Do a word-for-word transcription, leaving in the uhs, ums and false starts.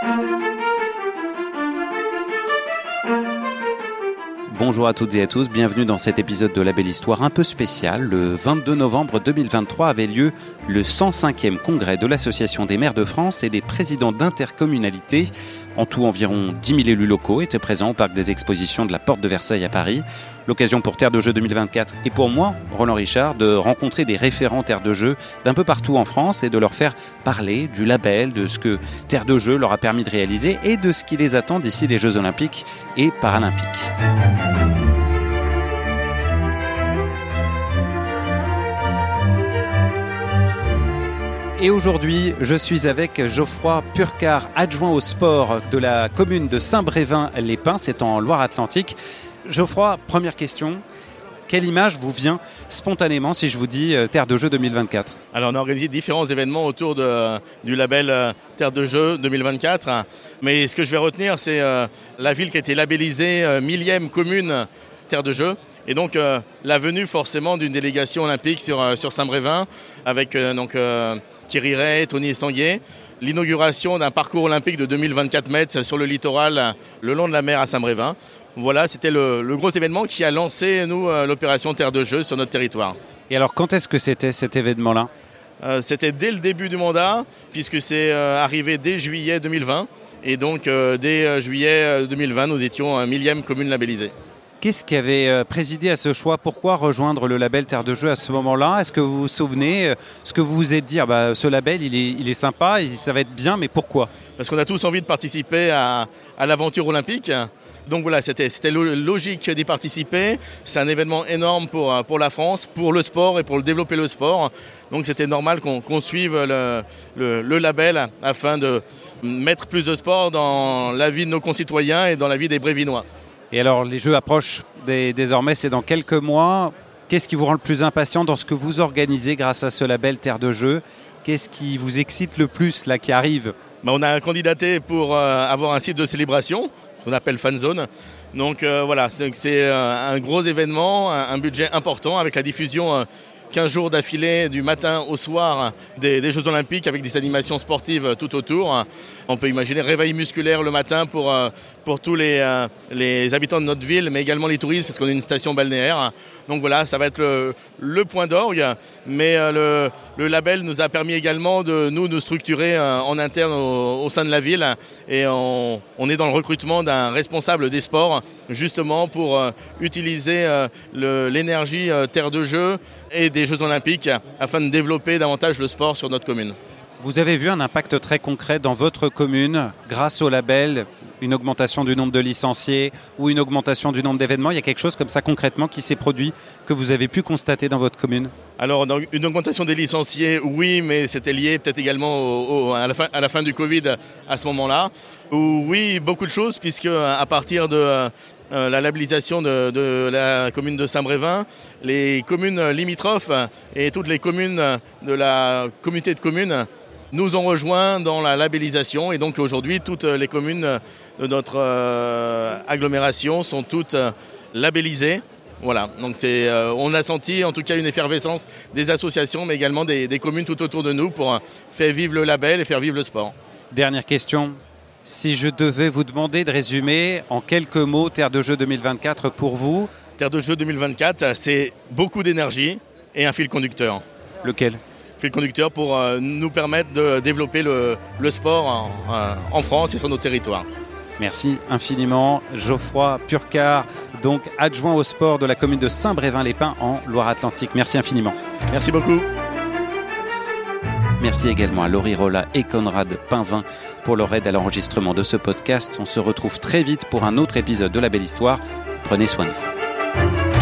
Bonjour à toutes et à tous, bienvenue dans cet épisode de La Belle Histoire un peu spécial. Le vingt-deux novembre deux mille vingt-trois avait lieu le cent cinquième congrès de l'Association des maires de France et des présidents d'intercommunalités. En tout, environ dix mille élus locaux étaient présents au parc des expositions de la Porte de Versailles à Paris. L'occasion pour Terre de Jeux deux mille vingt-quatre et pour moi, Roland Richard, de rencontrer des référents Terre de Jeux d'un peu partout en France et de leur faire parler du label, de ce que Terre de Jeux leur a permis de réaliser et de ce qui les attend d'ici les Jeux Olympiques et Paralympiques. Et aujourd'hui, je suis avec Geoffroy Purcard, adjoint au sport de la commune de Saint-Brévin-les-Pins, c'est en Loire-Atlantique. Geoffroy, première question, quelle image vous vient spontanément si je vous dis euh, Terre de Jeux deux mille vingt-quatre ? Alors on a organisé différents événements autour de, du label euh, Terre de Jeux deux mille vingt-quatre, mais ce que je vais retenir, c'est euh, la ville qui a été labellisée euh, millième commune Terre de Jeux. Et donc euh, la venue forcément d'une délégation olympique sur, euh, sur Saint-Brévin avec euh, donc, euh, Thierry Rey, Tony Estanguet, l'inauguration d'un parcours olympique de deux mille vingt-quatre mètres sur le littoral le long de la mer à Saint-Brévin. Voilà, c'était le, le gros événement qui a lancé, nous, l'opération Terre de Jeux sur notre territoire. Et alors, quand est-ce que c'était cet événement-là ? euh, C'était dès le début du mandat, puisque c'est euh, arrivé dès juillet deux mille vingt. Et donc, euh, dès euh, juillet deux mille vingt, nous étions un millième commune labellisée. Qu'est-ce qui avait présidé à ce choix ? Pourquoi rejoindre le label Terre de Jeux à ce moment-là ? Est-ce que vous vous souvenez ce que vous vous êtes dit, bah, ce label, il est, il est sympa, ça va être bien, mais pourquoi ? Parce qu'on a tous envie de participer à, à l'aventure olympique. Donc voilà, c'était, c'était logique d'y participer. C'est un événement énorme pour, pour la France, pour le sport et pour développer le sport. Donc c'était normal qu'on, qu'on suive le, le, le label afin de mettre plus de sport dans la vie de nos concitoyens et dans la vie des Brévinois. Et alors, les Jeux approchent des, désormais, c'est dans quelques mois. Qu'est-ce qui vous rend le plus impatient dans ce que vous organisez grâce à ce label Terre de Jeux ? Qu'est-ce qui vous excite le plus, là, qui arrive ? Ben, on a candidaté pour euh, avoir un site de célébration, qu'on appelle Fan Zone. Donc euh, voilà, c'est, c'est euh, un gros événement, un, un budget important avec la diffusion euh, quinze jours d'affilée du matin au soir des, des Jeux Olympiques avec des animations sportives tout autour. On peut imaginer réveil musculaire le matin pour, pour tous les, les habitants de notre ville, mais également les touristes parce qu'on est une station balnéaire. Donc voilà, ça va être le, le point d'orgue. Mais le, le label nous a permis également de nous, nous structurer en interne au, au sein de la ville. Et on, on est dans le recrutement d'un responsable des sports justement pour utiliser le, l'énergie Terre de Jeux et des Jeux Olympiques afin de développer davantage le sport sur notre commune. Vous avez vu un impact très concret dans votre commune grâce au label, une augmentation du nombre de licenciés ou une augmentation du nombre d'événements ? Il y a quelque chose comme ça concrètement qui s'est produit, que vous avez pu constater dans votre commune ? Alors, une augmentation des licenciés, oui, mais c'était lié peut-être également au, au, à, la fin, à la fin du Covid à ce moment-là. Ou, oui, beaucoup de choses, puisque à partir de euh, la labellisation de, de la commune de Saint-Brévin, les communes limitrophes et toutes les communes de la communauté de communes nous ont rejoints dans la labellisation. Et donc aujourd'hui, toutes les communes de notre euh, agglomération sont toutes euh, labellisées. Voilà, donc c'est, euh, on a senti en tout cas une effervescence des associations, mais également des, des communes tout autour de nous pour faire vivre le label et faire vivre le sport. Dernière question, si je devais vous demander de résumer en quelques mots Terre de Jeux deux mille vingt-quatre pour vous ? Terre de Jeux deux mille vingt-quatre, c'est beaucoup d'énergie et un fil conducteur. Lequel ? Fil conducteur pour euh, nous permettre de développer le, le sport en, en France et sur nos territoires. Merci infiniment. Geoffroy Purcard, donc adjoint au sport de la commune de Saint-Brévin-les-Pins en Loire-Atlantique. Merci infiniment. Merci beaucoup. Merci également à Laurie Rolla et Conrad Pinvin pour leur aide à l'enregistrement de ce podcast. On se retrouve très vite pour un autre épisode de La Belle Histoire. Prenez soin de vous.